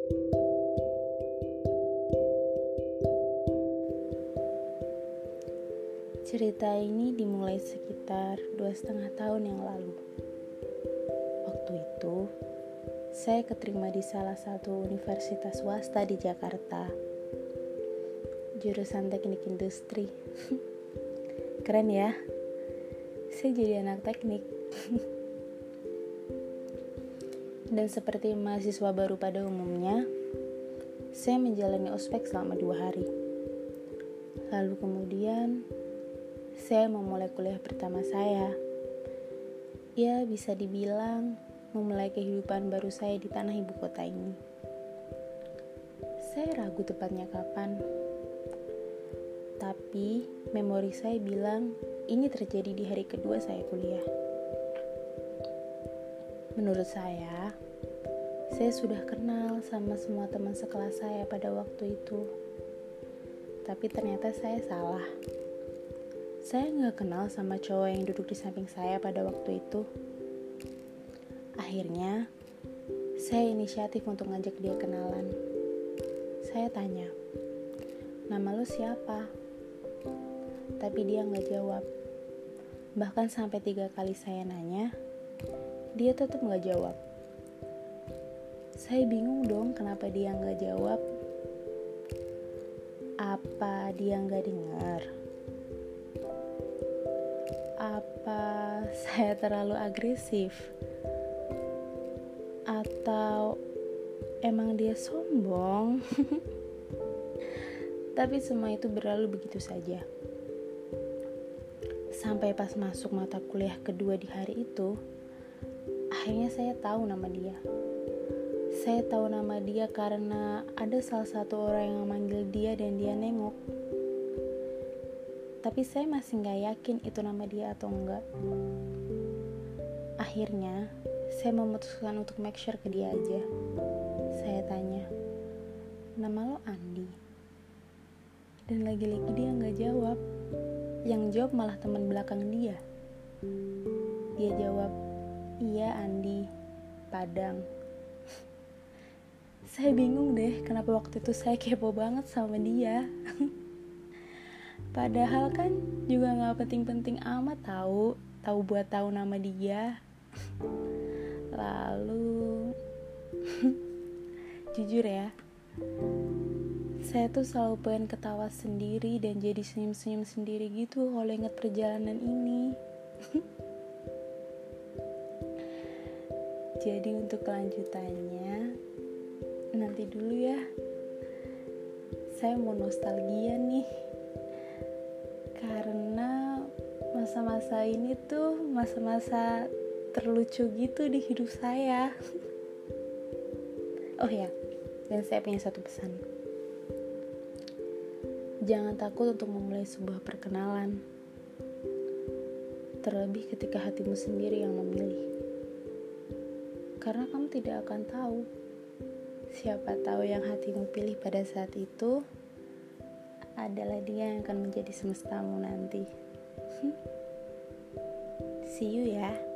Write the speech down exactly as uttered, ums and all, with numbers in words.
Cerita ini dimulai sekitar dua setengah tahun yang lalu. Waktu itu, saya keterima di salah satu universitas swasta di Jakarta. Jurusan teknik industri. Keren ya? Saya jadi anak teknik. Dan seperti mahasiswa baru pada umumnya, saya menjalani ospek selama dua hari. Lalu kemudian, saya memulai kuliah pertama saya. Ya, bisa dibilang memulai kehidupan baru saya di tanah ibu kota ini. Saya ragu tepatnya kapan. Tapi, memori saya bilang ini terjadi di hari kedua saya kuliah. Menurut saya, saya sudah kenal sama semua teman sekelas saya pada waktu itu. Tapi ternyata saya salah. Saya gak kenal sama cowok yang duduk di samping saya pada waktu itu. Akhirnya, saya inisiatif untuk ngajak dia kenalan. Saya tanya, nama lu siapa? Tapi dia gak jawab. Bahkan sampai tiga kali saya nanya, dia tetap gak jawab. Saya bingung dong kenapa dia gak jawab. Apa dia gak dengar? Apa saya terlalu agresif? Atau emang dia sombong? Tapi semua itu berlalu begitu saja. Sampai pas masuk mata kuliah kedua di hari itu, akhirnya saya tahu nama dia. Saya tahu nama dia karena ada salah satu orang yang manggil dia dan dia nengok. Tapi saya masih gak yakin itu nama dia atau enggak. Akhirnya, saya memutuskan untuk make sure ke dia aja. Saya tanya, nama lo Andi? Dan lagi-lagi dia gak jawab. Yang jawab malah teman belakang dia. Dia jawab, iya Andi, Padang. Saya bingung deh kenapa waktu itu saya kepo banget sama dia. Padahal kan juga gak penting-penting amat tahu, tahu buat tahu nama dia. Lalu, jujur ya, saya tuh selalu pengen ketawa sendiri dan jadi senyum-senyum sendiri gitu kalau ingat perjalanan ini. Jadi untuk kelanjutannya, nanti dulu ya. Saya mau nostalgia nih. Karena masa-masa ini tuh masa-masa terlucu gitu di hidup saya. Oh ya, dan saya punya satu pesan. Jangan takut untuk memulai sebuah perkenalan. Terlebih ketika hatimu sendiri yang memilih. Karena kamu tidak akan tahu. Siapa tahu yang hatimu pilih pada saat itu adalah dia yang akan menjadi semestamu nanti. See you ya.